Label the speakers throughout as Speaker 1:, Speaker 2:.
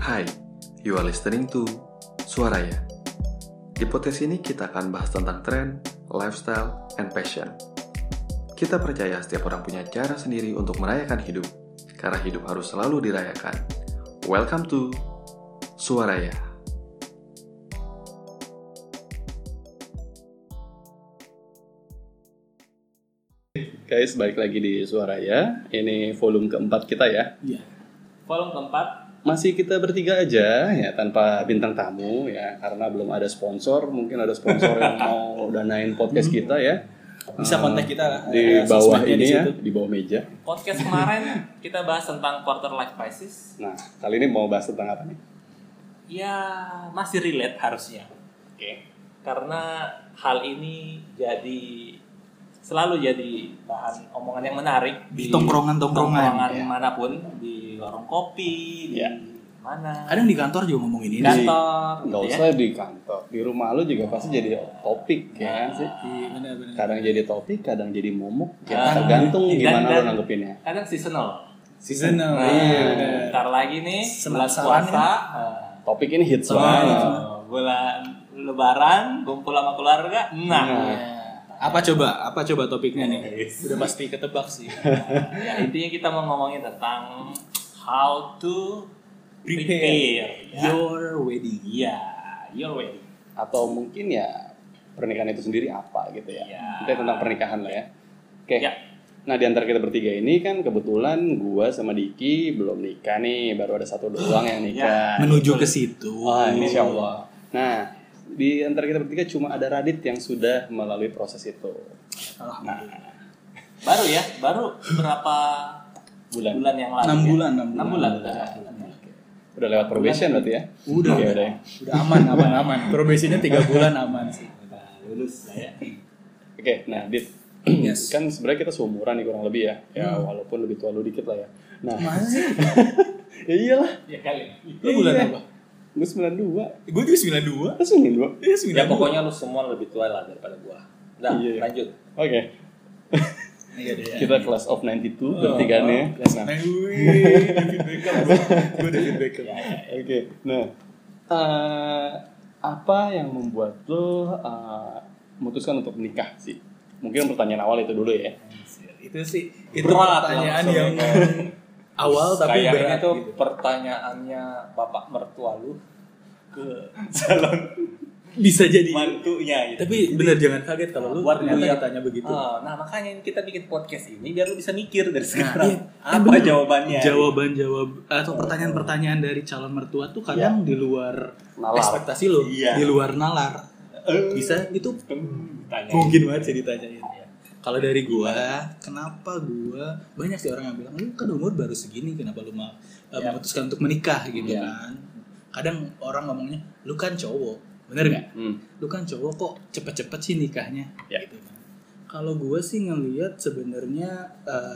Speaker 1: Hai, you are listening to Suaraya. Di podcast ini kita akan bahas tentang tren, lifestyle, and passion. Kita percaya setiap orang punya cara sendiri untuk merayakan hidup, karena hidup harus selalu dirayakan. Welcome to Suaraya.
Speaker 2: Guys, balik lagi di Suaraya. Ini volume keempat kita ya.
Speaker 3: Iya. Volume keempat.
Speaker 2: Masih kita bertiga aja ya, tanpa bintang tamu ya, karena belum ada sponsor. Mungkin ada sponsor yang mau danain podcast kita ya.
Speaker 3: Bisa kontak kita lah.
Speaker 2: Di bawah ini ya, di bawah meja.
Speaker 4: Podcast kemarin kita bahas tentang quarter life crisis.
Speaker 2: Nah, kali ini mau bahas tentang apa nih?
Speaker 4: Ya, masih relate harusnya.
Speaker 2: Oke.
Speaker 4: Karena hal ini selalu jadi bahan omongan yang menarik
Speaker 3: Di tongkrongan-tongkrongan,
Speaker 4: ya. Manapun, di warung kopi, di
Speaker 2: Ya.
Speaker 4: mana.
Speaker 3: Kadang di kantor juga ngomongin ini.
Speaker 4: Kantor,
Speaker 2: Nggak
Speaker 4: gitu ya.
Speaker 2: usah di kantor, di rumah lu juga pasti jadi topik ya sih.
Speaker 3: Iya, benar-benar.
Speaker 2: Kadang jadi topik, kadang jadi momok. Ya,
Speaker 4: Ah,
Speaker 2: tergantung gimana
Speaker 4: dan-
Speaker 2: lu nanggepinnya.
Speaker 4: Kadang seasonal.
Speaker 3: Seasonal.
Speaker 4: Nah,
Speaker 3: Iya, benar.
Speaker 4: ntar lagi nih bulan
Speaker 3: Selang-selang
Speaker 4: puasa,
Speaker 2: Topik ini hits
Speaker 4: oh,
Speaker 2: banget.
Speaker 4: bulan Lebaran, kumpul sama keluarga. Nah,
Speaker 3: Apa coba topiknya nih? Udah pasti ketebak sih.
Speaker 4: ya, intinya kita mau ngomongin tentang how to prepare ya.
Speaker 3: Your wedding.
Speaker 4: Iya, your wedding.
Speaker 2: Atau mungkin ya pernikahan itu sendiri apa gitu ya.
Speaker 4: Iya.
Speaker 2: Kita tentang pernikahan lah ya. Oke.
Speaker 4: Ya.
Speaker 2: Nah, di antara kita bertiga ini kan kebetulan gua sama Diki belum nikah nih, baru ada satu doang yang nikah.
Speaker 3: Menuju ke situ.
Speaker 2: Wah, insya Allah. Nah, di antara kita bertiga cuma ada Radit yang sudah melalui proses itu.
Speaker 3: Alhamdulillah.
Speaker 4: Baru berapa bulan yang lalu?
Speaker 3: 6
Speaker 4: ya?
Speaker 3: bulan.
Speaker 4: 6 bulan.
Speaker 2: Udah lewat probation berarti ya?
Speaker 3: Udah.
Speaker 2: Oke, udah ya.
Speaker 3: Udah aman. Probasinya 3 bulan aman sih.
Speaker 4: Udah lulus saya.
Speaker 2: Oke, nah Dit,
Speaker 3: Yes.
Speaker 2: kan sebenarnya kita seumuran nih kurang lebih ya. Ya walaupun lebih tua lu dikit lah ya. Nah,
Speaker 3: Masa sih?
Speaker 2: ya iyalah.
Speaker 4: Ya kali.
Speaker 3: Lu bulan
Speaker 2: Iya.
Speaker 3: apa?
Speaker 2: Gue 92.
Speaker 3: Gue juga 92.
Speaker 2: Lu 92?
Speaker 3: Iya, 92.
Speaker 4: Ya pokoknya lu semua lebih tua lah daripada gua. Udah,
Speaker 2: Iya.
Speaker 4: lanjut.
Speaker 2: Oke.
Speaker 3: Iya deh.
Speaker 2: Kita class of 92 bertiga nih. Nah,
Speaker 3: David Beckham bro. Gue David Beckham.
Speaker 2: oke. Nah, apa yang membuat lo memutuskan untuk menikah sih? Mungkin pertanyaan awal itu dulu ya.
Speaker 3: Itu
Speaker 4: Berat
Speaker 3: pertanyaan
Speaker 4: langsung
Speaker 3: yang
Speaker 4: ya.
Speaker 3: awal tapi
Speaker 4: Kayaknya
Speaker 3: berat
Speaker 4: tuh
Speaker 3: gitu.
Speaker 4: pertanyaannya bapak mertua lu ke calon
Speaker 3: Bisa jadi.
Speaker 4: mantunya gitu.
Speaker 3: Tapi bener jangan kaget kalau lu
Speaker 4: Buat
Speaker 3: ternyata
Speaker 4: lu yang-
Speaker 3: ditanya begitu.
Speaker 4: Nah makanya kita bikin podcast ini biar lu bisa mikir dari
Speaker 3: Nah,
Speaker 4: sekarang
Speaker 3: iya.
Speaker 4: apa
Speaker 3: Bener.
Speaker 4: jawabannya.
Speaker 3: Jawaban atau pertanyaan-pertanyaan dari calon mertua tuh kadang di luar
Speaker 2: Nalar.
Speaker 3: ekspektasi lo,
Speaker 4: Iya.
Speaker 3: di luar nalar. Bisa itu
Speaker 4: Tanya.
Speaker 3: mungkin banget sih ditanyain. Kalau dari gua, kenapa gua banyak sih orang yang bilang lu kan umur baru segini, kenapa lu mau memutuskan untuk menikah gitu
Speaker 2: Iya.
Speaker 3: kan? Kadang orang ngomongnya, lu kan cowok, bener nggak? Lu kan cowok kok cepet-cepet sih nikahnya,
Speaker 2: Ya.
Speaker 3: gitu kan? Kalau gua sih ngelihat sebenarnya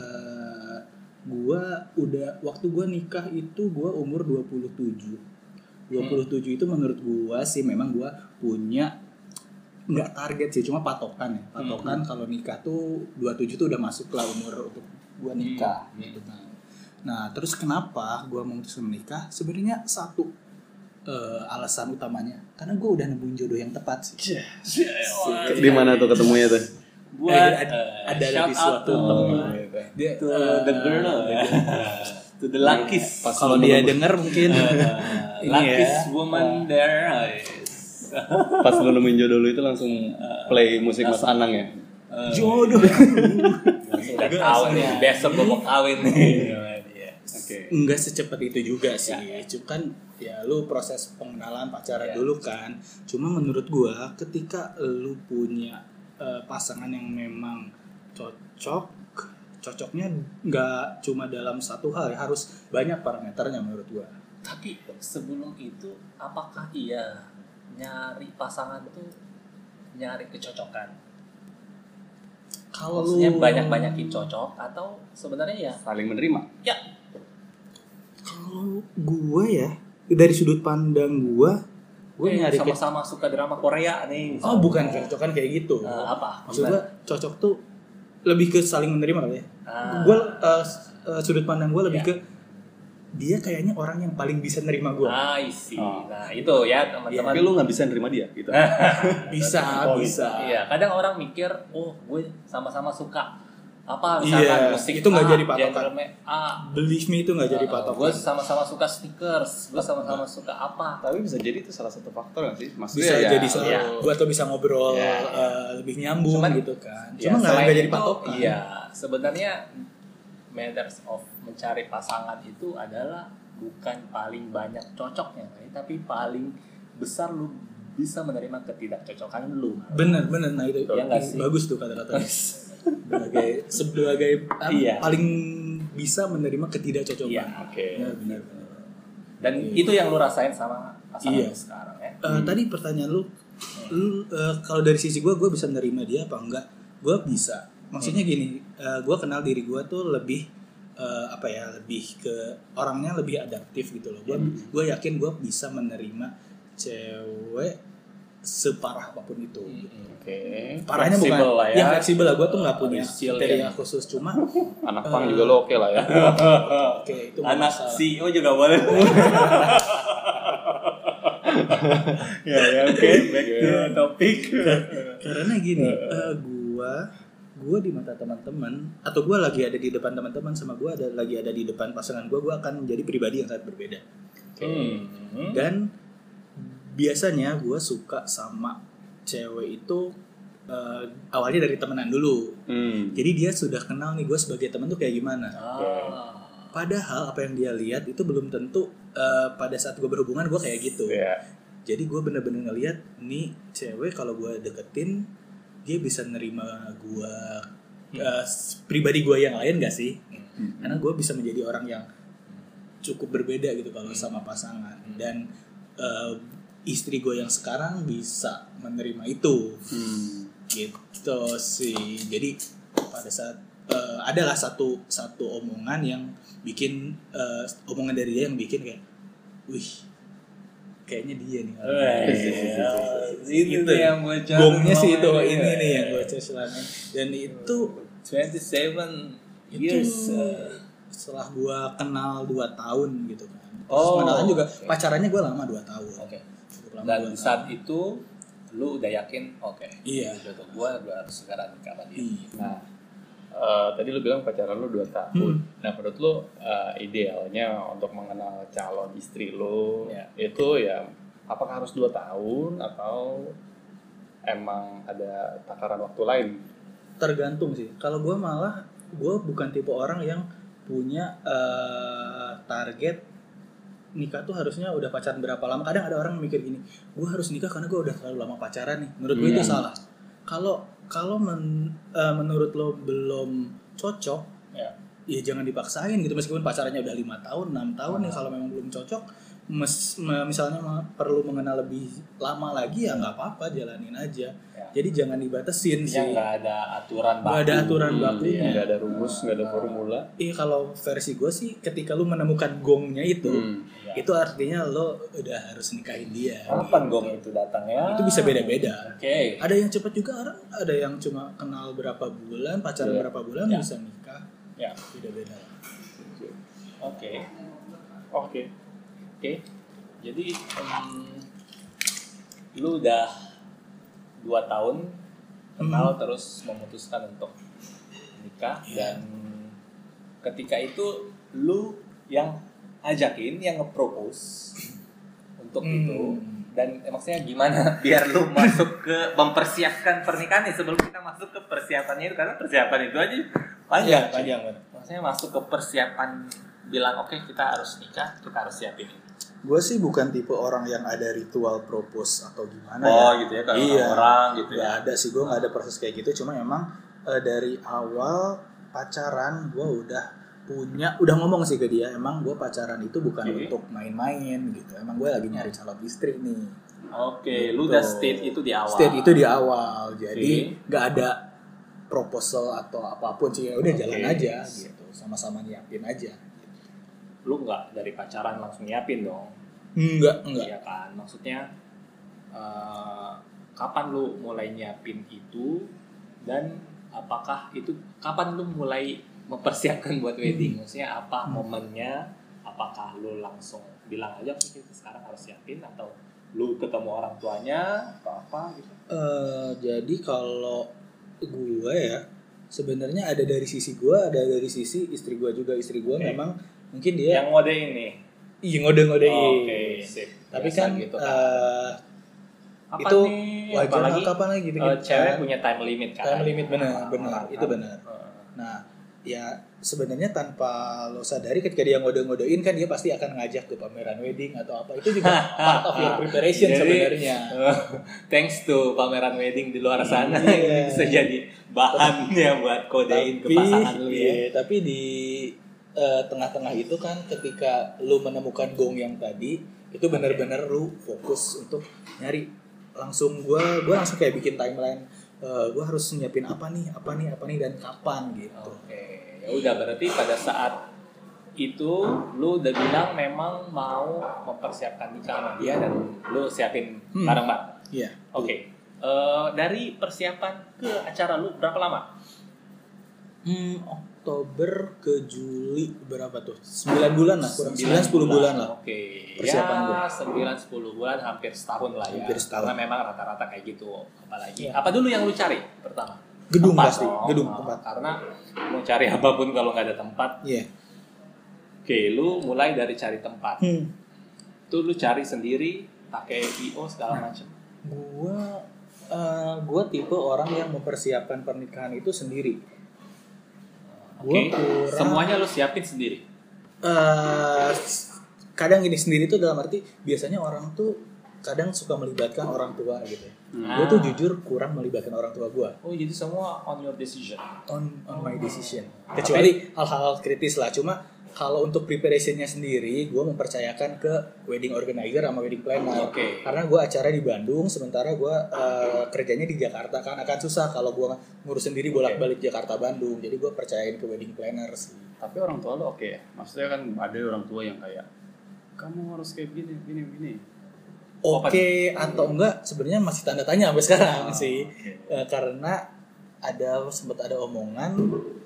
Speaker 3: gua udah waktu gua nikah itu gua umur 27. 27 itu menurut gua sih memang gua punya nggak target sih, cuma patokan ya. Patokan kalau nikah tuh 27 tuh udah masuk lah umur untuk gua nikah gitu kan. Nah, terus kenapa gua memutuskan menikah? Sebenarnya satu alasan utamanya karena gua udah nemuin jodoh yang tepat sih.
Speaker 2: Di mana tuh ketemunya tuh?
Speaker 4: Buat
Speaker 3: ada
Speaker 4: shout
Speaker 3: di
Speaker 4: out
Speaker 3: suatu
Speaker 4: to
Speaker 3: teman. Dia
Speaker 4: to the girl, to the luckiest,
Speaker 3: kalau dia denger mungkin ini
Speaker 4: luckiest
Speaker 3: ya.
Speaker 4: woman there.
Speaker 2: Pas lu nemuin jodoh lu itu langsung play musik Mas Anang ya?
Speaker 3: Jodoh.
Speaker 4: Udah kawin nih, besok gua mau kawin nih.
Speaker 2: Oke.
Speaker 3: Enggak secepat itu juga sih. Cuma kan ya lu proses pengenalan pacaran dulu kan. Cuma menurut gua ketika lu punya pasangan yang memang cocoknya nggak cuma dalam satu hal ya, harus banyak parameternya menurut gua.
Speaker 4: Tapi sebelum itu, apakah iya nyari pasangan tuh nyari kecocokan?
Speaker 3: Kalau
Speaker 4: Maksudnya
Speaker 3: lu
Speaker 4: banyak-banyakin cocok atau sebenarnya ya?
Speaker 2: Saling menerima.
Speaker 4: Ya,
Speaker 3: kalau gua ya dari sudut pandang gua nyari
Speaker 4: sama-sama suka drama Korea nih.
Speaker 3: Oh, bukan cocokan kayak gitu.
Speaker 4: Apa?
Speaker 3: Maksud gua cocok tuh lebih ke saling menerima kali ya.
Speaker 4: Ah.
Speaker 3: Gua sudut pandang gua lebih ke dia kayaknya orang yang paling bisa nerima gue.
Speaker 4: I see.
Speaker 2: Oh.
Speaker 4: Nah itu ya teman-teman.
Speaker 2: Tapi lu nggak bisa nerima dia gitu.
Speaker 3: Bisa.
Speaker 4: Iya, kadang orang mikir, oh gue sama-sama suka apa misalkan
Speaker 3: Iya,
Speaker 4: musik
Speaker 3: itu nggak jadi patokan.
Speaker 4: genre A.
Speaker 3: Believe me itu nggak jadi
Speaker 4: Gue
Speaker 3: patokan.
Speaker 4: sama-sama suka sneakers, gue sama-sama suka apa.
Speaker 2: Tapi bisa jadi itu salah satu faktor nggak sih? Maksudnya
Speaker 3: Bisa
Speaker 2: ya,
Speaker 3: jadi
Speaker 4: Iya.
Speaker 3: buat lo bisa ngobrol
Speaker 2: Iya.
Speaker 3: lebih nyambung
Speaker 4: Cuman-
Speaker 3: gitu kan.
Speaker 4: Ya,
Speaker 3: Cuma
Speaker 4: selain
Speaker 3: nggak jadi
Speaker 4: itu,
Speaker 3: patokan.
Speaker 4: Iya, sebenarnya matters of mencari pasangan itu adalah bukan paling banyak cocoknya, tapi paling besar lu bisa menerima ketidakcocokan lu.
Speaker 3: Bener. Nah itu
Speaker 4: Iya nggak sih?
Speaker 3: bagus tuh kata-katanya. sebagai
Speaker 4: Iya.
Speaker 3: paling bisa menerima ketidakcocokan.
Speaker 4: Iya.
Speaker 2: Oke.
Speaker 3: Benar.
Speaker 4: Dan itu yang lu rasain sama pasangan
Speaker 3: Iya.
Speaker 4: lu sekarang ya.
Speaker 3: Tadi pertanyaan lu kalau dari sisi gue bisa menerima dia apa enggak? Gue bisa. Maksudnya gini, gue kenal diri gue tuh lebih lebih ke orangnya lebih adaptif gitu loh. Gue yakin gue bisa menerima cewek separah apapun itu. Gitu.
Speaker 2: Oke.
Speaker 3: Parahnya
Speaker 4: Fleksibel
Speaker 3: bukan
Speaker 4: lah ya.
Speaker 3: ya fleksibel lah. Gue tuh nggak punya
Speaker 4: Chill
Speaker 3: kriteria
Speaker 4: ya.
Speaker 3: khusus, cuma
Speaker 2: Anak pang juga lo oke lah ya.
Speaker 3: oke itu nggak
Speaker 4: Anak
Speaker 3: masalah.
Speaker 4: CEO juga boleh. ya oke. Back to topik.
Speaker 3: Karena gini, gue di mata teman-teman atau gue lagi ada di depan teman-teman sama gue lagi ada di depan pasangan gue akan menjadi pribadi yang sangat berbeda. Dan biasanya gue suka sama cewek itu awalnya dari temenan dulu. Jadi dia sudah kenal nih gue sebagai teman tuh kayak gimana. Padahal apa yang dia lihat itu belum tentu pada saat gue berhubungan gue kayak gitu. Jadi gue bener-bener ngeliat nih cewek kalau gue deketin dia bisa nerima gue pribadi gue yang lain gak sih? Karena gue bisa menjadi orang yang cukup berbeda gitu kalau sama pasangan. Dan istri gue yang sekarang bisa menerima itu. Gitu sih. Jadi pada saat adalah satu omongan yang bikin omongan dari dia yang bikin kayak, wih, kayaknya dia nih.
Speaker 4: Itu yang bocor.
Speaker 3: Gongnya sih itu ini nih yang bocor selama. Dan itu
Speaker 4: 27 years.
Speaker 3: setelah gue kenal 2 tahun gitu kan. Terus
Speaker 4: Oh,
Speaker 3: kenalan juga
Speaker 4: oke.
Speaker 3: pacarannya gue lama 2 tahun.
Speaker 4: Oke.
Speaker 3: Cukup lama
Speaker 4: Dan
Speaker 3: 2
Speaker 4: di saat
Speaker 3: tahun.
Speaker 4: itu lu udah yakin, oke.
Speaker 3: Iya.
Speaker 4: Jodoh gua harus segera nikah sama dia.
Speaker 2: Nah, tadi lu bilang pacaran lu 2 tahun. Nah, menurut lu idealnya untuk mengenal calon istri lu
Speaker 4: Ya.
Speaker 2: itu ya apakah harus 2 tahun atau emang ada takaran waktu lain?
Speaker 3: Tergantung sih. Kalau gue malah gue bukan tipe orang yang punya target nikah tuh harusnya udah pacaran berapa lama. Kadang ada orang mikir gini, gue harus nikah karena gue udah terlalu lama pacaran nih. Menurut gue itu salah. Kalau menurut lo belum cocok, ya jangan dipaksain gitu. Meskipun pacarannya udah 5 tahun, 6 tahun ya kalau memang belum cocok, misalnya perlu mengenal lebih lama lagi ya nggak apa-apa, jalanin aja. Jadi jangan dibatasin sih.
Speaker 4: Nggak ada aturan baku.
Speaker 3: Nggak ada aturan bakunya.
Speaker 2: Nggak ada rumus, nggak ada formula.
Speaker 3: Iya, kalau versi gue sih ketika lu menemukan gongnya itu artinya lo udah harus nikahin dia.
Speaker 4: Kapan gong itu datangnya?
Speaker 3: Itu bisa beda-beda.
Speaker 4: Oke.
Speaker 3: Ada yang cepat juga, ada yang cuma kenal berapa bulan, pacaran berapa bulan bisa nikah.
Speaker 4: Ya.
Speaker 3: Beda-beda.
Speaker 4: Oke. Jadi lu udah 2 tahun kenal terus memutuskan untuk nikah dan ketika itu lu yang ajakin, yang nge-propose untuk itu. Dan maksudnya gimana biar lu masuk ke mempersiapkan pernikahan nih sebelum kita masuk ke persiapannya itu, karena persiapan itu aja panjang. Maksudnya masuk ke persiapan bilang oke, kita harus nikah, kita harus siapin ini.
Speaker 3: Gue sih bukan tipe orang yang ada ritual propose atau gimana
Speaker 4: Gitu ya, kalau
Speaker 3: iya.
Speaker 4: orang gitu ya.
Speaker 3: Gak ada sih, gue gak ada proses kayak gitu. Cuma memang dari awal pacaran gue udah ngomong sih ke dia, emang gue pacaran itu bukan untuk main-main gitu. Emang gue lagi nyari calon istri nih.
Speaker 4: Oke, lu udah state itu di awal.
Speaker 3: State itu di awal, jadi nggak ada proposal atau apapun sih, ya udah jalan aja gitu, sama-sama nyiapin aja.
Speaker 4: Lu nggak dari pacaran langsung nyiapin dong?
Speaker 3: Enggak.
Speaker 4: Iya kan, maksudnya kapan lu mulai nyiapin itu dan apakah itu kapan lu mulai mempersiapkan buat wedding? Maksudnya apa momennya apakah lu langsung bilang aja kita sekarang harus siapin atau lu ketemu orang tuanya atau apa gitu?
Speaker 3: Jadi kalau gue ya sebenarnya ada dari sisi gue, ada dari sisi istri gue juga. Istri gue memang mungkin dia
Speaker 4: yang ngode ini.
Speaker 3: iya ngode-ngodein.
Speaker 4: Oke, sip.
Speaker 3: Tapi
Speaker 4: Biasa
Speaker 3: kan
Speaker 4: gitu kapan
Speaker 3: itu
Speaker 4: nih?
Speaker 3: wajar
Speaker 4: Apalagi
Speaker 3: kapan lagi gitu.
Speaker 4: cewek punya time limit kan.
Speaker 3: Time limit benar, itu benar.
Speaker 4: Heeh.
Speaker 3: Nah, ya sebenarnya tanpa lo sadari ketika dia ngode-ngodein kan dia pasti akan ngajak ke pameran wedding atau apa. Itu juga part of your preparation
Speaker 4: Jadi,
Speaker 3: sebenarnya.
Speaker 4: Thanks to pameran wedding di luar sana
Speaker 3: Iya.
Speaker 4: ini bisa jadi bahannya buat kodein ke pasangan lu ya.
Speaker 3: Iya, tapi di tengah-tengah itu kan ketika lu menemukan gong yang tadi itu benar-benar lu fokus untuk nyari langsung gue langsung kayak bikin timeline gue harus nyiapin apa nih dan kapan gitu.
Speaker 4: Oke, ya udah berarti pada saat itu lu udah bilang memang mau mempersiapkan nikah sama dia dan lu siapin barang-barang.
Speaker 3: Iya.
Speaker 4: Oke. Dari persiapan ke acara lu berapa lama?
Speaker 3: Oktober ke Juli berapa tuh? 9 bulan lah, kurang 9-10 bulan lah.
Speaker 4: Oke.
Speaker 3: Persiapan
Speaker 4: Ya 9-10 bulan hampir setahun lah ya.
Speaker 3: Hampir setahun.
Speaker 4: Karena memang rata-rata kayak gitu. Apalagi.
Speaker 3: Ya.
Speaker 4: Apa dulu yang lu cari pertama?
Speaker 3: Gedung
Speaker 4: Tempat
Speaker 3: pasti,
Speaker 4: dong.
Speaker 3: gedung tempat.
Speaker 4: Karena mau cari apapun kalau nggak ada tempat.
Speaker 3: Iya.
Speaker 4: Oke, lu mulai dari cari tempat. Itu lu cari sendiri, pakai PO segala macam.
Speaker 3: Gua tipe orang yang mempersiapkan pernikahan itu sendiri.
Speaker 4: Oke.
Speaker 3: Gua
Speaker 4: Semuanya lu siapin sendiri.
Speaker 3: Kadang ini sendiri tuh dalam arti biasanya orang tuh kadang suka melibatkan orang tua gitu. Gue tuh jujur kurang melibatkan orang tua gue.
Speaker 4: Oh, jadi semua on your decision.
Speaker 3: On my decision. Kecuali hal-hal kritis lah. Cuma kalau untuk preparationnya sendiri, gue mempercayakan ke wedding organizer sama wedding planner.
Speaker 4: Oke.
Speaker 3: Karena gue acara di Bandung, sementara gue kerjanya di Jakarta kan akan susah kalau gue ngurus sendiri bolak-balik Jakarta Bandung. Jadi gue percayain ke wedding planner sih.
Speaker 2: Tapi orang tua lo oke ya? Maksudnya kan ada orang tua yang kayak kamu harus kayak gini.
Speaker 3: Oke atau enggak sebenarnya masih tanda tanya sampai sekarang sih. Karena sempat ada omongan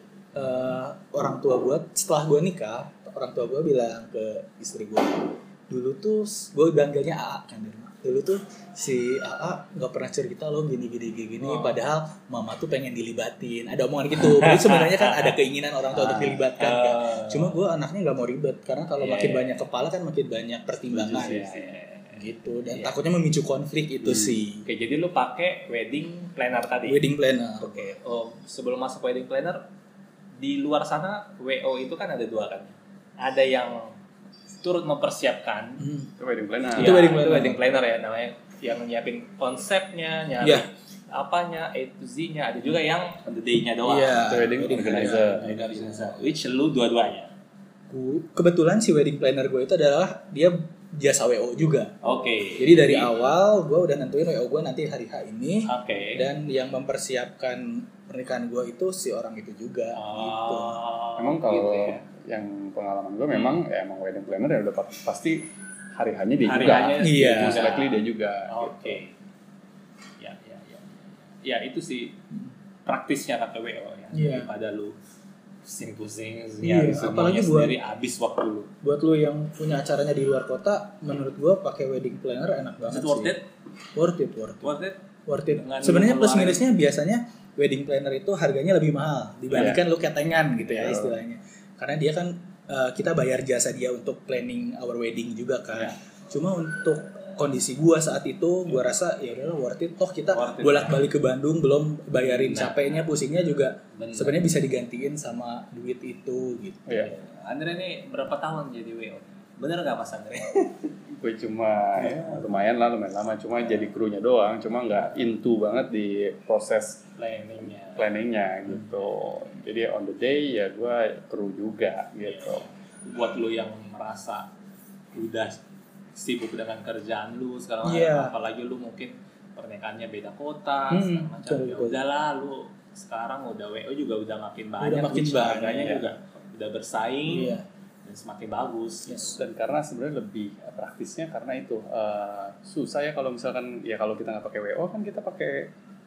Speaker 3: orang tua gue setelah gue nikah, orang tua gue bilang ke istri gue, dulu tuh gue bangganya AA kan di rumah. Dulu tuh si AA nggak pernah cerita lo gini, padahal mama tuh pengen dilibatin. Ada omongan gitu. Jadi sebenarnya kan ada keinginan orang tua untuk dilibatkan kan. Cuma gue anaknya nggak mau ribet karena kalau makin banyak kepala kan makin banyak pertimbangan. Gitu dan takutnya memicu konflik itu sih.
Speaker 4: Oke, jadi lu pakai wedding planner tadi.
Speaker 3: Wedding planner.
Speaker 4: Oke. Oh, sebelum masuk wedding planner di luar sana WO itu kan ada dua kan. Ada yang turut mempersiapkan.
Speaker 2: Itu wedding planner.
Speaker 3: Itu
Speaker 4: wedding planner ya namanya, yang nyiapin konsepnya, nyiapin apanya, A to Z-nya. Ada juga yang on the day-nya doang.
Speaker 2: Itu wedding organizer.
Speaker 4: Which lu dua-duanya.
Speaker 3: Kebetulan si wedding planner gue itu adalah dia jasa WO juga.
Speaker 4: Oke.
Speaker 3: Jadi dari awal gue udah nentuin WO gue nanti hari H ini.
Speaker 4: Oke.
Speaker 3: Dan yang mempersiapkan pernikahan gue itu si orang itu juga. Gitu.
Speaker 2: Memang kalau
Speaker 4: gitu ya.
Speaker 2: yang pengalaman gue memang ya emang wedding planner ya udah pasti hari hanya dia
Speaker 4: Hari
Speaker 2: juga.
Speaker 4: hanya
Speaker 3: Iya.
Speaker 2: Most likely dia juga.
Speaker 4: Oke. Ya. Ya itu sih praktisnya kata WO ya.
Speaker 3: Iya.
Speaker 4: Daripada lu pusing-pusing
Speaker 3: Iya,
Speaker 4: nyari
Speaker 3: apalagi
Speaker 4: semuanya
Speaker 3: buat-
Speaker 4: sendiri habis waktu lu.
Speaker 3: Buat lo yang punya acaranya di luar kota, menurut gue pakai wedding planner enak banget
Speaker 4: Is it worth
Speaker 3: sih.
Speaker 4: it? Worth it? Dengan
Speaker 3: Sebenarnya
Speaker 4: lu
Speaker 3: plus
Speaker 4: ngeluarin-
Speaker 3: minusnya biasanya wedding planner itu harganya lebih mahal dibandingkan lu ketengan gitu ya istilahnya. Karena dia kan kita bayar jasa dia untuk planning our wedding juga kan. Cuma untuk kondisi gua saat itu gua rasa ya udahlah worth it, toh kita
Speaker 4: Worth it.
Speaker 3: bolak-balik ke Bandung belum bayarin capeknya, pusingnya juga
Speaker 4: Bener.
Speaker 3: sebenarnya bisa digantiin sama duit itu gitu.
Speaker 2: Iya.
Speaker 4: Andre nih berapa tahun jadi WO? Bener gak Mas Andre?
Speaker 2: Gue cuma ya, lumayan lama, cuma jadi krunya doang, cuma nggak into banget di proses planningnya gitu. Jadi on the day ya gue kru juga gitu.
Speaker 4: Buat lu yang merasa udah sibuk dengan kerjaan lu sekarang,
Speaker 3: Iya.
Speaker 4: apalagi lu mungkin pernikahannya beda kota, segala macam.
Speaker 3: betul,
Speaker 4: Ya
Speaker 3: betul.
Speaker 4: udahlah, lu sekarang udah WO juga udah makin banyak,
Speaker 3: makin
Speaker 4: which
Speaker 3: banyak,
Speaker 4: harganya
Speaker 2: ya.
Speaker 4: juga udah bersaing
Speaker 3: Iya.
Speaker 4: dan semakin bagus.
Speaker 2: Dan karena sebenarnya lebih praktisnya karena itu susah ya kalau misalkan ya kalau kita nggak pakai WO kan kita pakai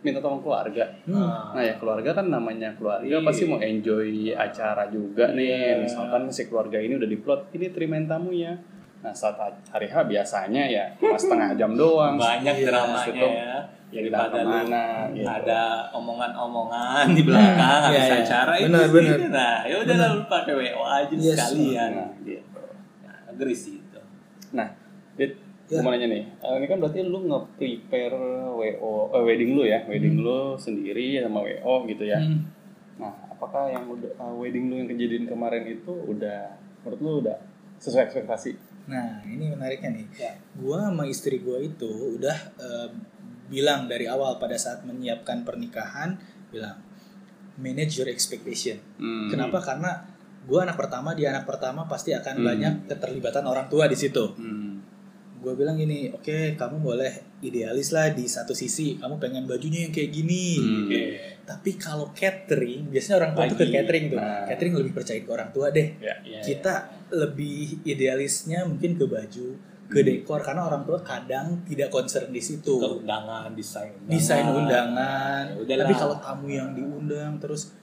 Speaker 2: minta tolong keluarga. Nah ya keluarga kan namanya keluarga pasti mau enjoy acara juga nih. Misalkan si keluarga ini udah diplot, ini terimain tamunya. Nah saat hari H biasanya ya cuma setengah jam doang.
Speaker 4: Banyak dramanya
Speaker 2: Itu
Speaker 4: ya.
Speaker 2: daripada
Speaker 4: Daripada
Speaker 2: gitu.
Speaker 4: Ada omongan-omongan di belakang habis
Speaker 3: iya.
Speaker 4: acara itu
Speaker 3: Benar.
Speaker 4: sih. Nah, ya udah lah lu pakai WO aja
Speaker 3: Yes.
Speaker 4: sekalian.
Speaker 2: Nah, gitu.
Speaker 4: Nah, agree sih itu.
Speaker 2: Nah, Dit, gue mau nanya nih, ini kan berarti lu nge-prepare wedding lu ya, wedding lu sendiri sama WO gitu ya. Nah, apakah yang udah wedding lu yang kejadian kemarin itu udah menurut lu udah sesuai ekspektasi?
Speaker 3: Nah, ini menariknya nih.
Speaker 4: Ya.
Speaker 3: Gua sama istri gua itu udah bilang dari awal pada saat menyiapkan pernikahan, bilang manage your expectation. Kenapa? Karena gua anak pertama, dia anak pertama, pasti akan banyak keterlibatan orang tua di situ. Gue bilang gini, oke, kamu boleh idealis lah di satu sisi, kamu pengen bajunya yang kayak gini. Tapi kalau catering, biasanya orang tua tuh ke catering tuh. Catering lebih percaya ke orang tua deh. Kita lebih idealisnya mungkin ke baju, ke dekor, karena orang tua kadang tidak concern di situ.
Speaker 4: Ke undangan,
Speaker 3: Desain undangan.
Speaker 4: Ya udahlah.
Speaker 3: Tapi kalau tamu yang diundang, terus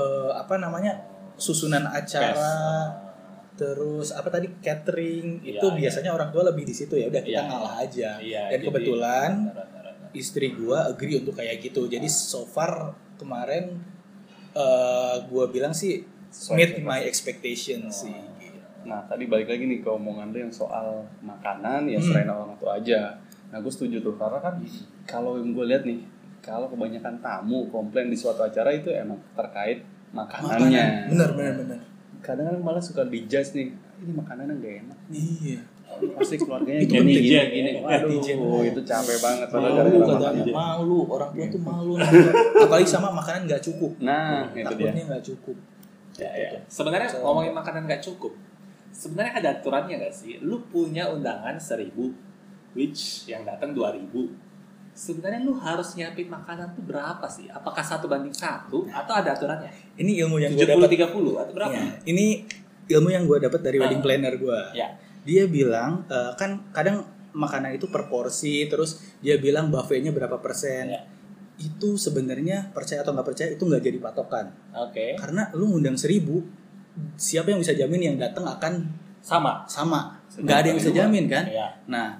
Speaker 3: susunan acara, terus catering, itu biasanya orang tua lebih di situ, ya udah kita ngalah aja. Dan kebetulan istri gua agree untuk kayak gitu. Jadi so far kemarin gua bilang sih meet my expectation sih.
Speaker 2: Nah, tadi balik lagi nih ke omongan lu yang soal makanan ya selain orang tua aja. Nah, gue setuju tuh karena kan kalau yang gue lihat nih, kalau kebanyakan tamu komplain di suatu acara itu emang terkait makanannya.
Speaker 3: Bener.
Speaker 2: Kadang-kadang malah suka dijudge nih, ini makanannya gak enak.
Speaker 3: Iya.
Speaker 2: Pasti keluarganya
Speaker 3: Itu
Speaker 2: gini.
Speaker 3: netizen.
Speaker 2: Waduh, itu capek banget.
Speaker 3: Malu, orang tua tuh malu. Apalagi sama makanan nggak cukup.
Speaker 2: Nah, itu dia.
Speaker 3: Takutnya nggak cukup.
Speaker 4: Ya. Sebenarnya ngomongin makanan nggak cukup. Sebenarnya ada aturannya nggak sih? Lu punya undangan 1.000, which yang datang 2.000. Sebenarnya lu harus nyiapin makanan tuh berapa sih? Apakah 1:1 atau ada aturannya?
Speaker 3: Ini ilmu yang gue
Speaker 4: 70-30
Speaker 3: dapat.
Speaker 4: atau berapa?
Speaker 3: Ya, ini ilmu yang gue dapat dari wedding planner gue.
Speaker 4: Ya.
Speaker 3: Dia bilang kan kadang makanan itu per porsi, terus dia bilang buffetnya berapa persen.
Speaker 4: Ya.
Speaker 3: Itu sebenarnya percaya atau nggak percaya itu nggak jadi patokan.
Speaker 4: Oke.
Speaker 3: Karena lu ngundang 1.000, siapa yang bisa jamin yang datang akan
Speaker 4: Sama.
Speaker 3: nggak ada yang bisa jamin kan.
Speaker 4: Ya.
Speaker 3: Nah,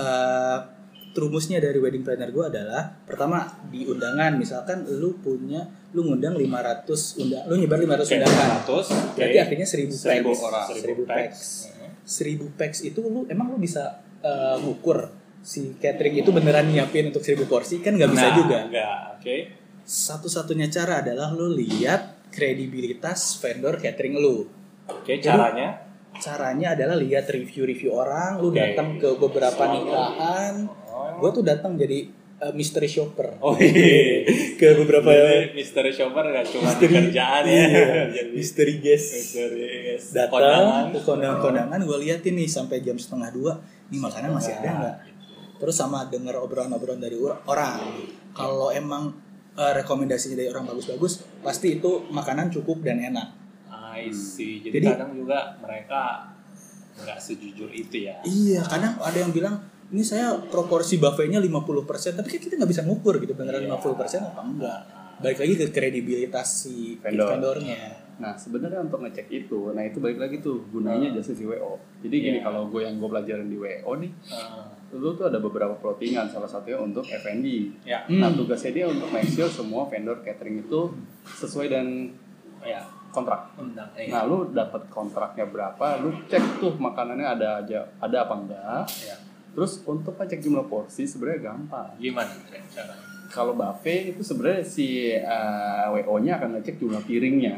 Speaker 3: rumusnya dari wedding planner gue adalah pertama di undangan, misalkan lu ngundang 500 lu nyebar 500 undangan.
Speaker 4: 100.
Speaker 3: Berarti artinya 1.000
Speaker 2: orang.
Speaker 3: 1.000 packs. 1.000 packs itu lu bisa ngukur si catering itu beneran nyiapin untuk 1.000 porsi kan nggak bisa juga.
Speaker 4: Enggak. Oke.
Speaker 3: Satu-satunya cara adalah lu lihat kredibilitas vendor catering lu.
Speaker 4: Oke,
Speaker 3: Jadi, caranya adalah lihat review orang, lu datang ke beberapa nikahan. Gue tuh datang jadi mystery shopper.
Speaker 4: Oh iya.
Speaker 3: Ke beberapa
Speaker 4: Mystery shopper nggak cuma di kerjaan ya.
Speaker 3: mystery guest. Datang ke kondangan, gue liatin nih sampai jam 1:30, nih makanan masih ada nggak? Terus sama denger obrolan-obrolan dari orang. Kalau emang rekomendasinya dari orang bagus-bagus, pasti itu makanan cukup dan enak.
Speaker 4: I see. Jadi kadang juga mereka nggak sejujur itu ya.
Speaker 3: Iya, kadang ada yang bilang, ini saya proporsi buffetnya 50%, tapi kan kita nggak bisa ngukur gitu, beneran 50% apa enggak. Balik lagi ke kredibilitas si vendornya.
Speaker 2: Nah, sebenarnya untuk ngecek itu, itu balik lagi tuh gunanya jasa si WO. Jadi gini, kalau gue pelajaran di WO nih, itu tuh ada beberapa plottingan, salah satunya untuk F&B. Nah, tugasnya dia untuk make sure semua vendor catering itu sesuai dan kontrak. Nah, lu dapat kontraknya berapa, lu cek tuh makanannya ada apa enggak. Terus untuk ngecek jumlah porsi sebenarnya gampang.
Speaker 4: Gimana caranya?
Speaker 2: Kalau buffet itu sebenarnya si WO-nya akan ngecek jumlah piringnya.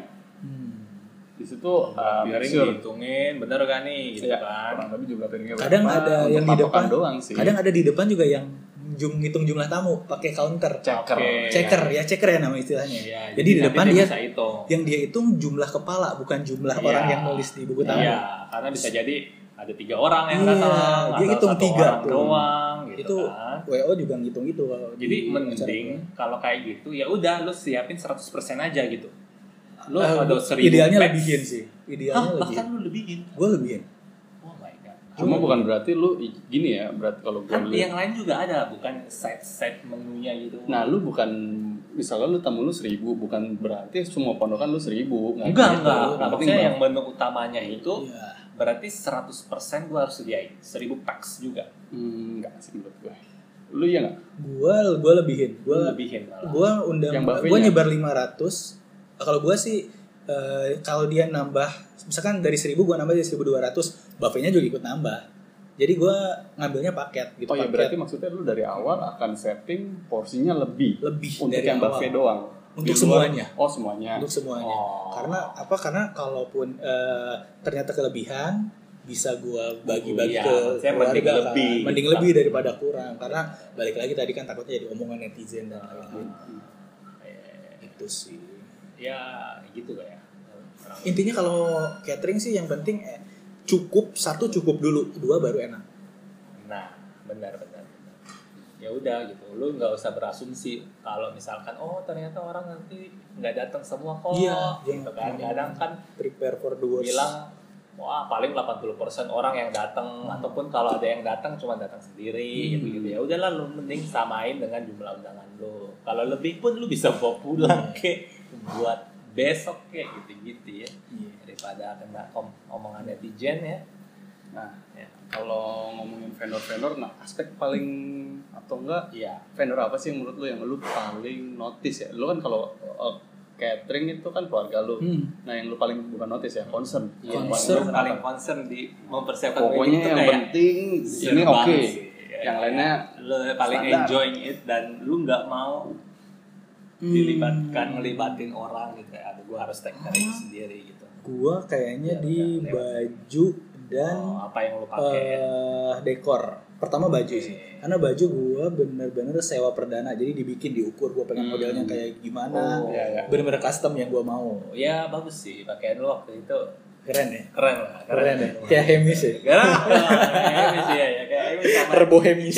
Speaker 2: Di situ
Speaker 4: piring dihitungin bener kan nih gitu kan.
Speaker 2: Kurang lebih jumlah piringnya berapa.
Speaker 3: Kadang ada yang di depan
Speaker 2: doang sih.
Speaker 3: Kadang ada di depan juga yang ngitung jumlah tamu pakai counter. Checker ya nama istilahnya. Jadi di depan dia yang dia hitung jumlah kepala, bukan jumlah orang yang nulis di buku tamu.
Speaker 4: Iya, karena bisa jadi ada 3 orang yang datang,
Speaker 3: dia hitung 3
Speaker 4: tuh doang gitu
Speaker 3: itu
Speaker 4: kan.
Speaker 3: WO juga ngitung itu.
Speaker 4: Jadi mending kalau kayak gitu ya udah lu siapin 100% aja gitu. Lu ada 1.000
Speaker 3: idealnya
Speaker 4: packs.
Speaker 3: lebihin sih. Idealnya
Speaker 4: bahkan lu lebihin.
Speaker 3: Gue lebihin.
Speaker 4: Oh my god.
Speaker 2: Cuma bukan berarti lu gini ya, berarti kalau gue
Speaker 4: Kan yang lain juga ada, bukan side menunya gitu.
Speaker 2: Nah, lu bukan misalnya lu tamu lu 1.000, bukan berarti semua pondokan lu 1.000.
Speaker 4: Enggak.
Speaker 2: Yang penting
Speaker 4: Maksudnya yang menu utamanya itu
Speaker 3: Iya.
Speaker 4: berarti 100% gue harus sediain 1.000 packs juga.
Speaker 2: enggak sih menurut gue. Lu ya enggak?
Speaker 3: Gue lebihin.
Speaker 4: Gue lebihin malah.
Speaker 3: Gue undang,
Speaker 2: Yang
Speaker 3: gue
Speaker 2: buffetnya?
Speaker 3: nyebar 500. Kalau gue sih kalau dia nambah, misalkan dari 1.000 gue nambah jadi 1.200, buffetnya juga ikut nambah. Jadi gue ngambilnya paket gitu.
Speaker 2: Oh ya,
Speaker 3: paket.
Speaker 2: berarti maksudnya lu dari awal akan setting porsinya lebih
Speaker 3: Lebih
Speaker 2: untuk
Speaker 3: dari
Speaker 2: yang
Speaker 3: awal.
Speaker 2: buffet doang.
Speaker 3: Untuk
Speaker 2: Di luar-
Speaker 3: semuanya.
Speaker 2: Oh, semuanya.
Speaker 3: Untuk semuanya.
Speaker 4: Oh.
Speaker 3: Karena kalaupun ternyata kelebihan, bisa gue bagi-bagi
Speaker 4: Iya,
Speaker 3: ke
Speaker 4: maksudnya mending
Speaker 3: keluarga kan.
Speaker 4: lebih.
Speaker 3: Mending lebih daripada kurang. Karena balik lagi tadi kan takutnya jadi omongan netizen dan lain-lain. Itu sih.
Speaker 4: Ya gitu ya.
Speaker 3: Intinya kalau catering sih yang penting satu cukup dulu, dua baru enak.
Speaker 4: Nah, benar. Ya udah gitu, lu nggak usah berasumsi kalau misalkan ternyata orang nanti nggak datang semua kok, gitu kan. Kadang kan
Speaker 3: Prepare for the worst.
Speaker 4: bilang wah paling 80% orang yang datang, ataupun kalau ada yang datang cuma datang sendiri gitu. Ya udahlah, lu mending samain dengan jumlah undangan lu. Kalau lebih pun lu bisa bawa pulang kek buat besok kek gitu ya. Daripada kena omongan netizen ya.
Speaker 2: Nah, kalau ngomongin vendor-vendor, nah aspek paling atau enggak
Speaker 4: Iya.
Speaker 2: vendor apa sih yang menurut lu yang lu paling notice ya? Lu kan kalau catering itu kan keluarga lu. Nah, yang lu paling bukan notice ya, concern.
Speaker 4: Yang
Speaker 3: Concern
Speaker 4: paling concern di mempersiapkan
Speaker 2: Pokoknya
Speaker 4: wedding tuh
Speaker 2: yang
Speaker 4: kayak
Speaker 2: penting ini
Speaker 4: serba
Speaker 2: oke.
Speaker 4: sih.
Speaker 2: Yang lainnya
Speaker 4: lu paling
Speaker 2: standar.
Speaker 4: enjoying it dan lu nggak mau ngelibatin orang gitu ya. Aduh, gua harus take care ini sendiri gitu.
Speaker 3: Gua kayaknya
Speaker 4: Ya,
Speaker 3: di
Speaker 4: udah, lewat.
Speaker 3: baju dan
Speaker 4: Apa yang lu pakai?
Speaker 3: dekor. Pertama baju
Speaker 4: Oke.
Speaker 3: sih. Karena baju gua bener-bener sewa perdana. Jadi dibikin diukur gua pengen modelnya kayak gimana.
Speaker 2: Iya.
Speaker 3: Bener-bener custom yang gua mau.
Speaker 4: Ya bagus sih pakaian lu waktu itu
Speaker 3: Keren ya?
Speaker 4: keren lah.
Speaker 3: Keren ya? Kayak Hemis ya?
Speaker 4: Keren sih ya. Kayak Hemis sama
Speaker 3: Rebo Hemis.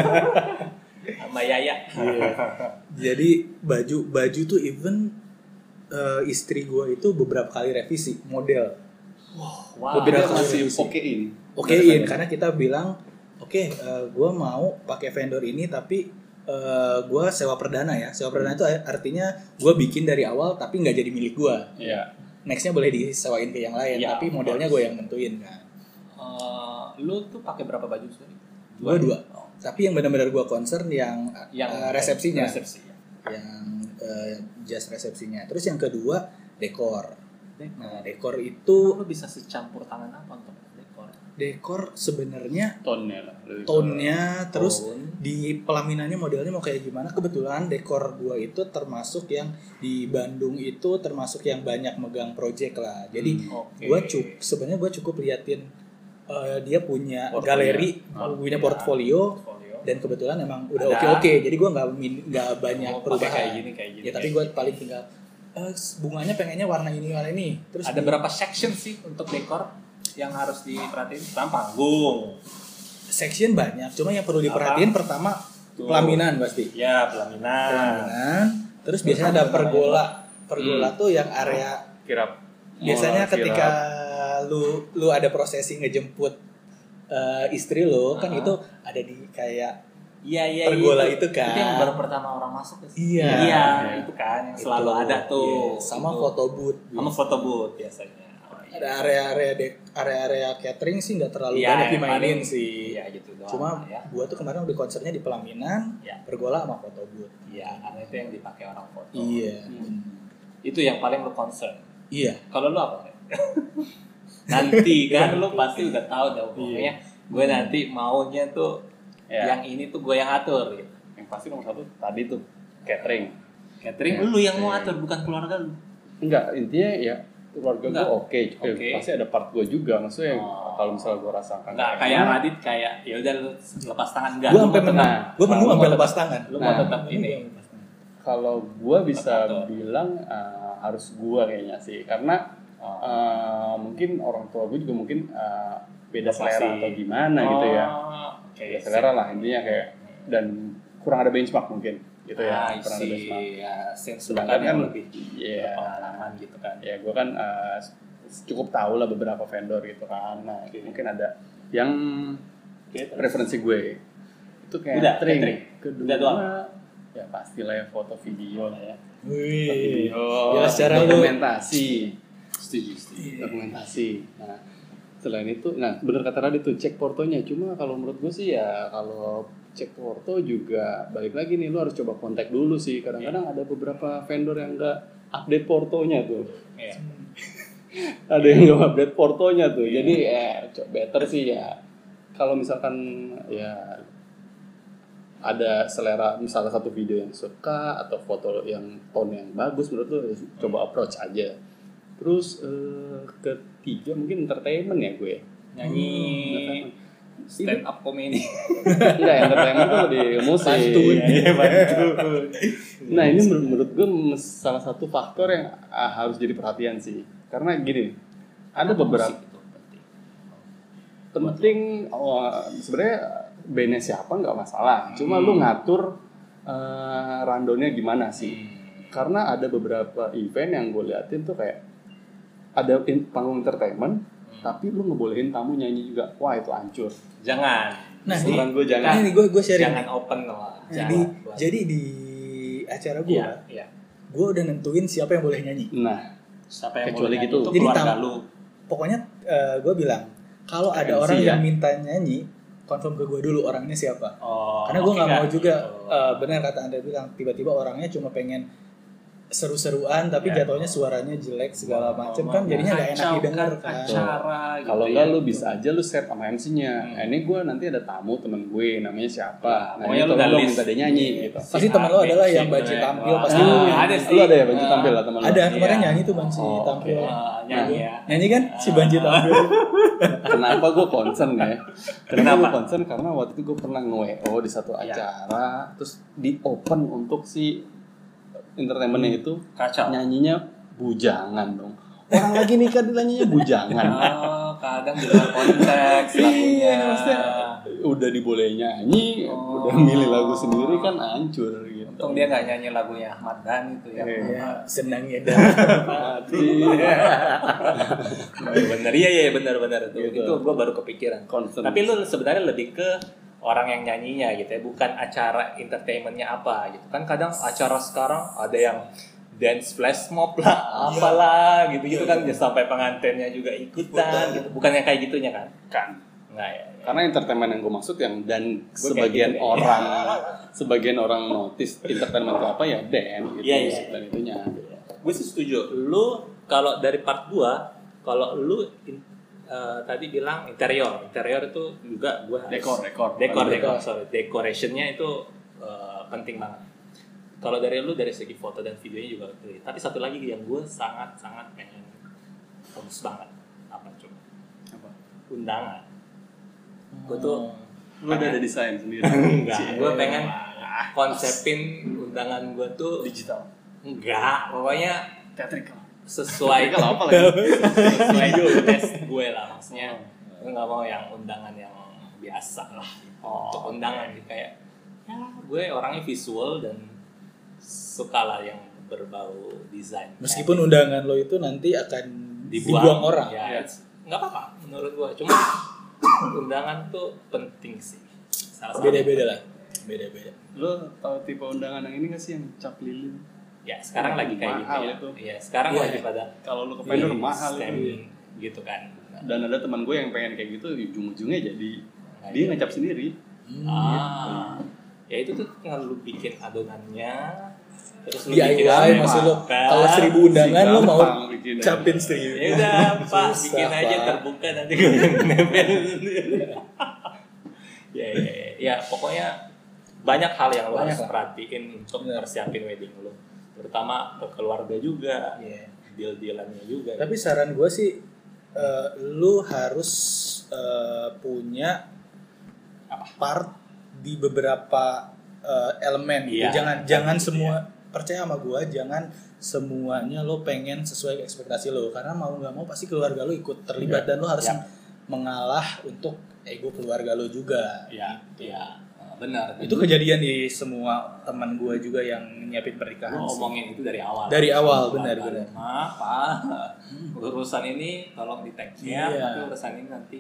Speaker 4: sama Yaya.
Speaker 3: Jadi baju tuh even istri gua itu beberapa kali revisi model.
Speaker 4: Wow.
Speaker 3: Beberapa
Speaker 2: Dia masih
Speaker 3: kali
Speaker 2: okein.
Speaker 3: Okein karena kita bilang gue mau pakai vendor ini tapi gue sewa perdana ya. Sewa perdana itu artinya gue bikin dari awal tapi nggak jadi milik gue.
Speaker 2: Iya.
Speaker 3: Nextnya boleh disewain ke yang lain
Speaker 4: Ya,
Speaker 3: tapi modelnya gue yang nentuin kan.
Speaker 4: Lu tuh pakai berapa baju sih?
Speaker 3: Gue dua. Tapi yang benar-benar gue concern yang resepsinya,
Speaker 4: Resepsi.
Speaker 3: yang jas resepsinya. Terus yang kedua dekor. Nah dekor itu
Speaker 4: Lu bisa secampur tangan apa untuk dekor?
Speaker 3: dekor sebenarnya
Speaker 2: Tone-nya lah. lebih ke-
Speaker 3: tone-nya terus
Speaker 4: Tone.
Speaker 3: di pelaminannya modelnya mau kayak gimana. Kebetulan dekor gua itu termasuk yang di Bandung itu termasuk yang banyak megang project lah. Jadi
Speaker 4: Oke.
Speaker 3: sebenarnya gua cukup liatin dia punya
Speaker 2: Portfolio.
Speaker 3: galeri, punya portfolio dan kebetulan emang udah oke. Jadi gua nggak banyak
Speaker 4: Mau pakai
Speaker 3: perubahan.
Speaker 4: kayak gini.
Speaker 3: Ya tapi gua paling tinggal bunganya pengennya warna ini. Terus
Speaker 4: Ada berapa section sih untuk dekor yang harus diperhatiin? Pertama panggung.
Speaker 3: section banyak. Cuma yang perlu diperhatiin pertama pelaminan pasti.
Speaker 4: Ya, pelaminan.
Speaker 3: Pelaminan. Terus biasanya ada pergola. Pergola tuh yang area
Speaker 2: kirap.
Speaker 3: biasanya
Speaker 2: Kirap.
Speaker 3: ketika lu ada prosesi ngejemput istri lo kan itu ada di kayak
Speaker 4: Iya.
Speaker 3: pergola itu kan.
Speaker 4: Itu yang baru pertama orang masuk ke sini.
Speaker 3: Iya.
Speaker 4: Iya, itu kan yang selalu
Speaker 3: Itu.
Speaker 4: ada tuh.
Speaker 3: Iya, sama
Speaker 4: Itu.
Speaker 3: foto booth.
Speaker 4: Sama foto booth biasanya. Oh, iya.
Speaker 3: Ada area-area catering sih nggak terlalu
Speaker 4: Iya,
Speaker 3: banyak
Speaker 4: yang
Speaker 3: dimainin
Speaker 4: paling-
Speaker 3: sih.
Speaker 4: Iya gitu doang.
Speaker 3: Cuma
Speaker 4: ya.
Speaker 3: gua tuh kemarin udah concernnya di pelaminan,
Speaker 4: Ya.
Speaker 3: pergola sama foto booth.
Speaker 4: Iya, karena itu yang dipakai orang foto.
Speaker 3: Iya.
Speaker 4: Itu yang paling lu concern.
Speaker 3: Iya.
Speaker 4: Kalau lu apa? Nanti kan lu pasti udah tahu dah pokoknya gue nanti maunya tuh
Speaker 2: Ya.
Speaker 4: yang ini tuh gue yang atur gitu.
Speaker 2: Yang pasti nomor satu tadi tuh catering.
Speaker 4: Catering lu yang mau atur bukan keluarga lu.
Speaker 2: Enggak, intinya ya keluarga gue
Speaker 4: Enggak.
Speaker 2: oke.
Speaker 4: Oke.
Speaker 2: Pasti ada part gue juga. Maksudnya
Speaker 4: Oh.
Speaker 2: kalau misalnya gue rasakan
Speaker 4: Enggak kayak Radit kayak ya udah lu lepas tangan enggak.
Speaker 3: Gua
Speaker 4: Lu
Speaker 3: sampai
Speaker 4: mau
Speaker 3: menang.
Speaker 4: tetap-
Speaker 3: Gua menu
Speaker 4: lu
Speaker 3: sampai
Speaker 4: mau
Speaker 3: lepas
Speaker 4: tetap-
Speaker 3: tangan.
Speaker 4: Lu mau
Speaker 2: Nah.
Speaker 4: tetap ini.
Speaker 2: kalau gue bisa
Speaker 4: Betul.
Speaker 2: bilang harus gue kayaknya sih, karena mungkin orang tua gue juga mungkin beda selera
Speaker 4: Masih.
Speaker 2: atau gimana gitu ya.
Speaker 4: Oke.
Speaker 2: Beda selera lah intinya kayak, dan kurang ada benchmark mungkin gitu ya.
Speaker 4: I
Speaker 2: Kurang ada benchmark.
Speaker 4: see. Ya, sense
Speaker 2: Sedangkan
Speaker 4: kan yang
Speaker 2: kan,
Speaker 4: lebih
Speaker 2: iya.
Speaker 4: pengalaman gitu kan.
Speaker 2: Ya gue kan cukup tahu lah beberapa vendor gitu kan. Nah mungkin ada yang preferensi gue itu
Speaker 4: Udah,
Speaker 2: catering.
Speaker 4: catering.
Speaker 2: Kedua
Speaker 4: Udah doang.
Speaker 2: ya pastilah ya foto video lah ya.
Speaker 3: Wih.
Speaker 2: Video,
Speaker 3: Ya, secara lu-
Speaker 2: dokumentasi.
Speaker 4: Setuju.
Speaker 2: Dokumentasi. Nah, selain itu, nah bener kata Radit tuh cek portonya. Cuma kalau menurut gue sih ya kalau cek porto juga balik lagi nih, lu harus coba kontak dulu sih. Kadang-kadang ada beberapa vendor yang nggak update portonya tuh.
Speaker 4: Iya.
Speaker 2: Ada yang nggak update portonya tuh. Jadi better sih ya kalau misalkan ya ada selera misalnya satu video yang suka atau foto yang tone yang bagus menurut lu coba approach aja. Terus ketiga mungkin entertainment ya gue.
Speaker 4: Nyanyi stand up comedy.
Speaker 2: Enggak, entertainment tuh di musik. Nah ini menurut gue salah satu faktor yang harus jadi perhatian sih. Karena gini, ada beberapa penting sebenarnya bandnya siapa nggak masalah. Cuma lu ngatur rundownnya gimana sih? Karena ada beberapa event yang gue liatin tuh kayak ada panggung entertainment, tapi lu ngebolehin tamu nyanyi juga. Wah itu hancur.
Speaker 4: Jangan.
Speaker 3: Nah,
Speaker 2: Saran gue jangan.
Speaker 3: Ini gue sharing.
Speaker 4: Jangan open lah.
Speaker 3: Jadi di acara gue,
Speaker 4: Iya.
Speaker 3: gue udah nentuin siapa yang boleh nyanyi.
Speaker 2: Nah,
Speaker 4: Siapa yang
Speaker 2: Kecuali
Speaker 4: boleh
Speaker 2: gitu.
Speaker 4: nyanyi itu
Speaker 3: Jadi
Speaker 4: keluarga lu.
Speaker 3: Pokoknya gue bilang kalau ada
Speaker 2: MC
Speaker 3: orang
Speaker 2: ya?
Speaker 3: yang minta nyanyi, confirm ke gue dulu orangnya siapa.
Speaker 4: Oh,
Speaker 3: Karena gue
Speaker 4: oke
Speaker 3: nggak mau
Speaker 4: kan?
Speaker 3: juga
Speaker 4: Gitu.
Speaker 3: benar kata Anda bilang tiba-tiba orangnya cuma pengen seru-seruan tapi
Speaker 4: Ya.
Speaker 3: jatuhnya suaranya jelek segala macem kan jadinya nggak enak
Speaker 4: Kacau
Speaker 3: didengar
Speaker 4: kan
Speaker 3: kan.
Speaker 4: acara gitu.
Speaker 2: kalau
Speaker 4: ya.
Speaker 2: enggak lu bisa aja lu set sama MC-nya. Nah, ini gue nanti ada tamu temen gue namanya siapa. Nah,
Speaker 4: pokoknya
Speaker 2: ini
Speaker 4: lu udah
Speaker 2: tolong
Speaker 4: list.
Speaker 2: minta dia nyanyi gitu.
Speaker 3: Pasti teman lo adalah yang banci tampil pasti.
Speaker 4: Ada sih.
Speaker 2: Lu ada ya banci tampil lah teman lu?
Speaker 3: Ada kemarin
Speaker 4: Iya.
Speaker 3: nyanyi tuh banci
Speaker 2: Oh,
Speaker 3: tampil.
Speaker 4: Nyanyi ya.
Speaker 3: Nyanyi kan si banci tampil.
Speaker 2: Kenapa gue concern ya? Kenapa
Speaker 4: Kenapa?
Speaker 2: gue concern? Karena waktu itu gue pernah nge-WO di satu
Speaker 4: Ya.
Speaker 2: acara, terus di open untuk si entertainment-nya itu
Speaker 4: Kacau.
Speaker 2: nyanyinya bujangan dong. Orang lagi nikah dia nyanyinya bujangan.
Speaker 4: Oh, kadang di luar konteks lagunya.
Speaker 2: Iya, maksudnya udah dibolehin nyanyi,
Speaker 4: Oh.
Speaker 2: udah milih lagu sendiri kan hancur gitu.
Speaker 4: Untung dia nggak nyanyi lagunya Ahmad Dhani itu ya.
Speaker 3: Ya, senangnya dah.
Speaker 2: Mati.
Speaker 4: Bener iya bener itu.
Speaker 2: Gitu.
Speaker 4: Itu gue baru kepikiran.
Speaker 2: Concern.
Speaker 4: Tapi lu sebenarnya lebih ke orang yang nyanyinya gitu ya, bukan acara entertainmentnya apa gitu kan. Kadang acara sekarang ada yang dance flash mob lah, apalah gitu kan, sampai pengantinnya juga ikutan gitu. Bukan yang kayak gitunya kan?
Speaker 2: Kan.
Speaker 4: Enggak ya.
Speaker 2: Karena entertainment yang gue maksud yang dan
Speaker 4: Gua
Speaker 2: sebagian
Speaker 4: kayak gitu,
Speaker 2: orang sebagian orang notice entertainment itu apa ya dance gitu
Speaker 4: Iya, iya.
Speaker 2: musik dan itunya.
Speaker 4: Gue sih setuju. Lu kalau dari part 2, kalau lu tadi bilang interior itu juga gue decorationnya itu penting banget. Kalau dari lu dari segi foto dan videonya juga penting. Tapi satu lagi yang gue sangat pengen fokus banget apa coba?
Speaker 2: Apa?
Speaker 4: Undangan. Gue tuh
Speaker 2: Lu udah ada desain sendiri.
Speaker 4: enggak, gue pengen konsepin undangan gue tuh
Speaker 2: Digital.
Speaker 4: enggak, pokoknya
Speaker 2: Theatrical.
Speaker 4: sesuai
Speaker 2: Theatrical apa lagi?
Speaker 4: sesuai tes gue lah, maksudnya gue nggak mau yang undangan yang biasa lah untuk undangan gitu. Kayak ya gue orangnya visual dan suka lah yang berbau desain.
Speaker 3: Meskipun undangan lo itu nanti akan
Speaker 4: dibuang
Speaker 3: dibuang orang.
Speaker 4: ya, nggak apa-apa menurut gue, cuma undangan tuh penting sih. Salah satu
Speaker 3: Beda-beda lah. Beda-beda.
Speaker 2: Lu tahu tipe undangan yang ini nggak sih yang cap lilin?
Speaker 4: ya sekarang lagi kayak
Speaker 2: Mahal
Speaker 4: gitu ya.
Speaker 2: itu.
Speaker 4: Iya, sekarang
Speaker 3: Iya,
Speaker 4: lagi
Speaker 3: iya.
Speaker 4: pada
Speaker 2: Kalau lu ke vendor
Speaker 4: beli
Speaker 2: mahal
Speaker 4: stand
Speaker 2: itu.
Speaker 4: gitu kan.
Speaker 2: Dan ada teman gue yang pengen kayak gitu, ujung-ujungnya jadi
Speaker 4: Nah,
Speaker 2: dia
Speaker 4: iya.
Speaker 2: ngecap sendiri.
Speaker 4: Ya itu tuh tinggal lu bikin adonannya, terus lu
Speaker 3: DIY
Speaker 4: bikin
Speaker 3: maksud lo.
Speaker 4: makan.
Speaker 3: Kalau 1000 undangan lo mau
Speaker 2: gampang bikinnya.
Speaker 3: capin 1000.
Speaker 4: Ya udah Pak,
Speaker 3: Susah,
Speaker 4: bikin aja
Speaker 3: Pak.
Speaker 4: terbuka nanti gue nempel sendiri. Ya, pokoknya banyak hal yang lo
Speaker 3: Banyak
Speaker 4: harus
Speaker 3: lah.
Speaker 4: perhatiin untuk
Speaker 3: Benar.
Speaker 4: persiapin wedding lo, terutama ke keluarga juga,
Speaker 3: Iya.
Speaker 4: deal-dealannya juga.
Speaker 3: Tapi saran gue sih lu harus punya part di beberapa elemen gitu.
Speaker 4: Iya.
Speaker 3: Jangan semua percaya sama gue, jangan semuanya lo pengen sesuai ekspektasi lo, karena mau nggak mau pasti keluarga lo ikut terlibat dan lo harus
Speaker 4: Iya.
Speaker 3: mengalah untuk ego keluarga lo juga.
Speaker 4: ya, benar.
Speaker 3: Itu kejadian di semua teman gue juga yang nyiapin pernikahan.
Speaker 4: Lo
Speaker 3: sih.
Speaker 4: ngomongin itu dari awal.
Speaker 3: Dari awal,
Speaker 4: Pak,
Speaker 3: benar.
Speaker 4: Maaf, Pak. Urusan ini tolong di take care,
Speaker 3: Iya.
Speaker 4: tapi urusan ini nanti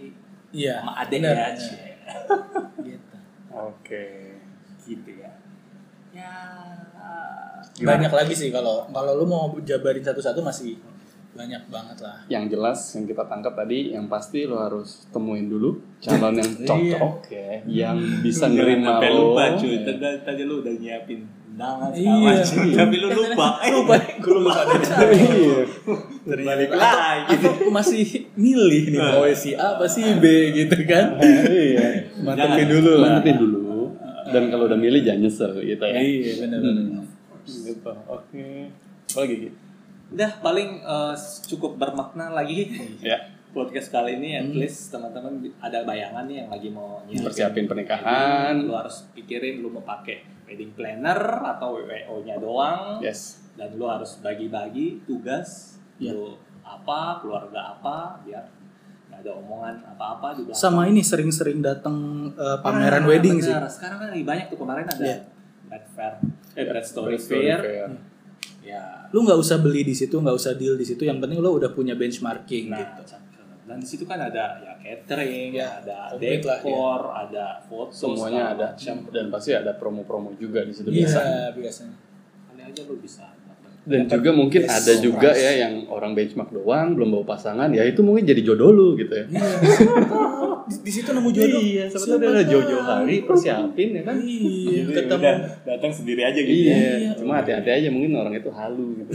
Speaker 3: Iya.
Speaker 4: sama adek
Speaker 3: bener,
Speaker 4: ya.
Speaker 3: bener. Gitu.
Speaker 2: Oke.
Speaker 4: Gitu ya. Ya
Speaker 3: Banyak lagi sih kalau lu mau jabarin satu-satu masih banyak banget lah.
Speaker 2: Yang jelas yang kita tangkap tadi, yang pasti lo harus temuin dulu calon yang cocok ya, yang bisa nerima
Speaker 4: sampai
Speaker 2: lo.
Speaker 4: lupa cuy. Tadi lu udah nyiapin undangan
Speaker 3: Iya.
Speaker 4: tapi lu lupa.
Speaker 3: Gue lupa
Speaker 2: Iya.
Speaker 4: Balik lagi.
Speaker 3: Atau masih milih nih mau si A apa si B gitu kan.
Speaker 2: Iya.
Speaker 3: Mantepin dulu lah.
Speaker 2: Mantepin dulu. Dan kalau udah milih jangan nyesel gitu ya.
Speaker 3: Iya benar-benar.
Speaker 2: Gitu. Oke. Apa lagi? Gi?
Speaker 4: Udah paling cukup bermakna lagi
Speaker 2: Ya.
Speaker 4: podcast kali ini. At least teman-teman ada bayangan nih yang lagi mau
Speaker 2: Persiapin pernikahan.
Speaker 4: Lu harus pikirin lu mau pakai wedding planner atau WO-nya doang.
Speaker 2: Yes.
Speaker 4: Dan lu harus bagi-bagi tugas.
Speaker 3: Ya.
Speaker 4: Lu apa, keluarga apa, biar nggak ada omongan apa-apa di belakang.
Speaker 3: Sama ini sering-sering datang pameran wedding sih.
Speaker 4: Benar. Sekarang kan lagi banyak tuh, kemarin ada
Speaker 3: Iya.
Speaker 4: Brad Story
Speaker 2: Story
Speaker 4: Fair.
Speaker 2: Fair.
Speaker 4: Ya.
Speaker 3: Lu nggak usah beli di situ, nggak usah deal di situ. Yang penting lu udah punya benchmarking
Speaker 4: Nah,
Speaker 3: gitu.
Speaker 4: cakep. Dan di situ kan ada ya catering,
Speaker 3: Ya,
Speaker 4: ada
Speaker 3: komplit lah,
Speaker 4: dekor, ada foto,
Speaker 2: Semuanya
Speaker 4: segala
Speaker 2: ada.
Speaker 4: macam.
Speaker 2: Dan pasti ada promo-promo juga di situ
Speaker 3: Iya
Speaker 2: biasanya.
Speaker 3: biasanya.
Speaker 4: Kali aja lu bisa dapat.
Speaker 2: Dan juga mungkin ada juga ya yang orang benchmark doang, belum bawa pasangan, ya itu mungkin jadi jodoh lu gitu ya.
Speaker 3: Di situ nemu jodoh.
Speaker 2: Iya, sebetulnya ada jauh-jauh hari persiapin ya kan.
Speaker 3: Iya,
Speaker 4: Jadi
Speaker 3: ketemu.
Speaker 4: udah datang sendiri aja gitu.
Speaker 2: Iya, cuma hati-hati aja mungkin orang itu halu gitu.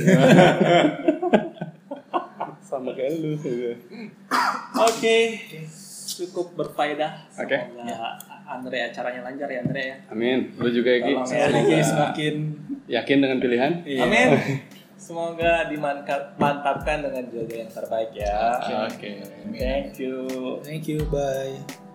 Speaker 2: Sama kayak lu.
Speaker 4: Oke. Cukup berfaedah.
Speaker 2: Oke.
Speaker 4: Semoga Andre acaranya lancar ya Andre ya.
Speaker 2: Amin. Lu juga ya Gi.
Speaker 4: Tolong ya.
Speaker 3: Jadi semakin
Speaker 2: Yakin dengan pilihan?
Speaker 4: Amin. Semoga dimantapkan dengan jodoh yang terbaik ya.
Speaker 2: Oke.
Speaker 4: Thank you.
Speaker 3: thank you, bye.